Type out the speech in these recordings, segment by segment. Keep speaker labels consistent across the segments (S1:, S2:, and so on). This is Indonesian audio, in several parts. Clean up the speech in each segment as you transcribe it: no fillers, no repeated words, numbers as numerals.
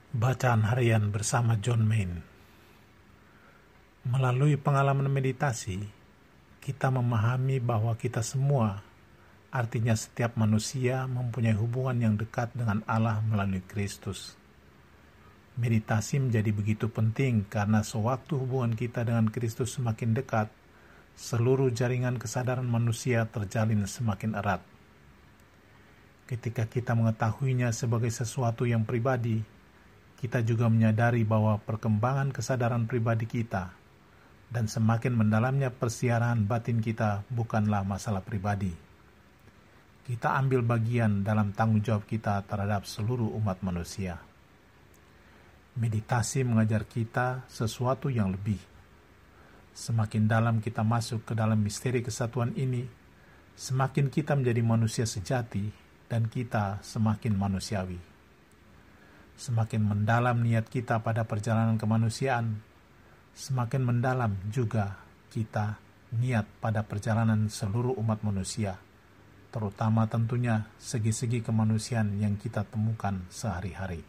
S1: Bacaan harian bersama John Main. Melalui pengalaman meditasi, kita memahami bahwa kita semua, artinya setiap manusia, mempunyai hubungan yang dekat dengan Allah melalui Kristus. Meditasi menjadi begitu penting karena sewaktu hubungan kita dengan Kristus semakin dekat, seluruh jaringan kesadaran manusia terjalin semakin erat. Ketika kita mengetahuinya sebagai sesuatu yang pribadi, kita juga menyadari bahwa perkembangan kesadaran pribadi kita dan semakin mendalamnya persiaran batin kita bukanlah masalah pribadi. Kita ambil bagian dalam tanggung jawab kita terhadap seluruh umat manusia. Meditasi mengajar kita sesuatu yang lebih. Semakin dalam kita masuk ke dalam misteri kesatuan ini, semakin kita menjadi manusia sejati dan kita semakin manusiawi. Semakin mendalam niat kita pada perjalanan kemanusiaan, semakin mendalam juga kita niat pada perjalanan seluruh umat manusia, terutama tentunya segi-segi kemanusiaan yang kita temukan sehari-hari.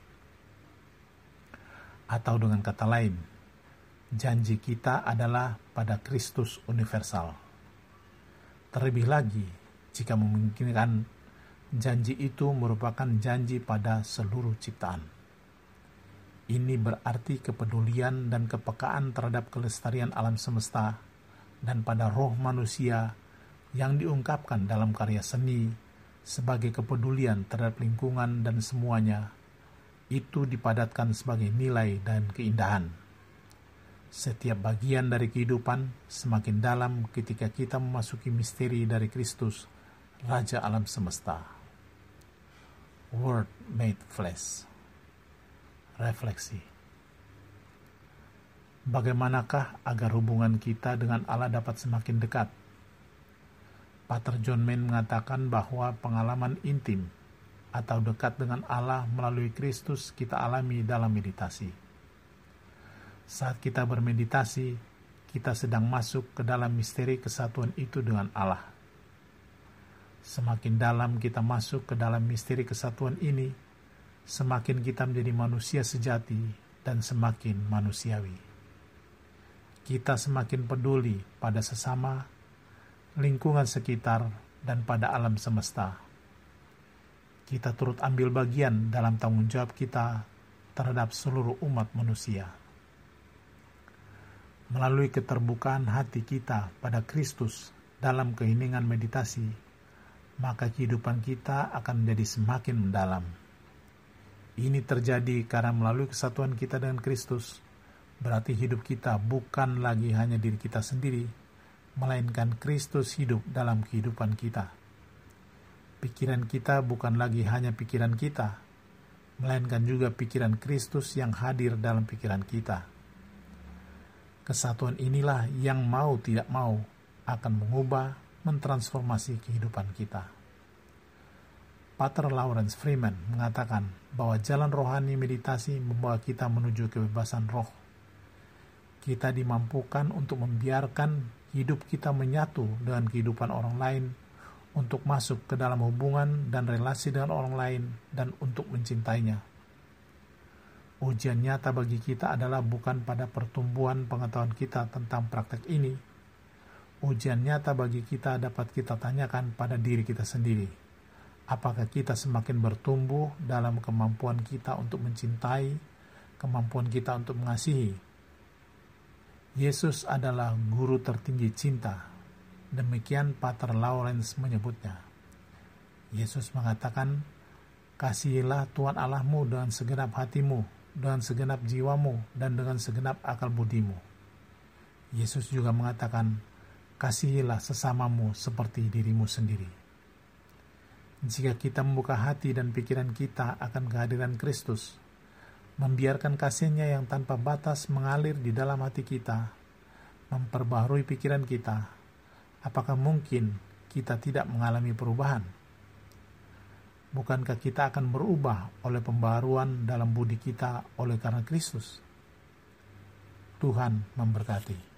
S1: Atau dengan kata lain, janji kita adalah pada Kristus universal. Terlebih lagi, jika memungkinkan, janji itu merupakan janji pada seluruh ciptaan. Ini berarti kepedulian dan kepekaan terhadap kelestarian alam semesta dan pada roh manusia yang diungkapkan dalam karya seni sebagai kepedulian terhadap lingkungan dan semuanya, itu dipadatkan sebagai nilai dan keindahan. Setiap bagian dari kehidupan semakin dalam ketika kita memasuki misteri dari Kristus, Raja Alam Semesta. Word made flesh. Refleksi. Bagaimanakah agar hubungan kita dengan Allah dapat semakin dekat? Pater John Main mengatakan bahwa pengalaman intim atau dekat dengan Allah melalui Kristus kita alami dalam meditasi. Saat kita bermeditasi, kita sedang masuk ke dalam misteri kesatuan itu dengan Allah. Semakin dalam kita masuk ke dalam misteri kesatuan ini, semakin kita menjadi manusia sejati dan semakin manusiawi. Kita semakin peduli pada sesama, lingkungan sekitar, dan pada alam semesta. Kita turut ambil bagian dalam tanggung jawab kita terhadap seluruh umat manusia. Melalui keterbukaan hati kita pada Kristus dalam keheningan meditasi, maka kehidupan kita akan menjadi semakin mendalam. Ini terjadi karena melalui kesatuan kita dengan Kristus, berarti hidup kita bukan lagi hanya diri kita sendiri, melainkan Kristus hidup dalam kehidupan kita. Pikiran kita bukan lagi hanya pikiran kita, melainkan juga pikiran Kristus yang hadir dalam pikiran kita. Kesatuan inilah yang mau tidak mau akan mengubah, mentransformasi kehidupan kita. Pater Lawrence Freeman mengatakan bahwa jalan rohani meditasi membawa kita menuju kebebasan roh. Kita dimampukan untuk membiarkan hidup kita menyatu dengan kehidupan orang lain, untuk masuk ke dalam hubungan dan relasi dengan orang lain, dan untuk mencintainya. Ujian nyata bagi kita adalah bukan pada pertumbuhan pengetahuan kita tentang praktek ini. Ujian nyata bagi kita dapat kita tanyakan pada diri kita sendiri. Apakah kita semakin bertumbuh dalam kemampuan kita untuk mencintai, kemampuan kita untuk mengasihi? Yesus adalah guru tertinggi cinta. Demikian Pater Lawrence menyebutnya. Yesus mengatakan, "Kasihilah Tuhan Allahmu dengan segenap hatimu, dengan segenap jiwamu, dan dengan segenap akal budimu." Yesus juga mengatakan, "Kasihilah sesamamu seperti dirimu sendiri." Jika kita membuka hati dan pikiran kita akan kehadiran Kristus, membiarkan kasih-Nya yang tanpa batas mengalir di dalam hati kita, memperbaharui pikiran kita, apakah mungkin kita tidak mengalami perubahan? Bukankah kita akan berubah oleh pembaharuan dalam budi kita oleh karena Kristus? Tuhan memberkati.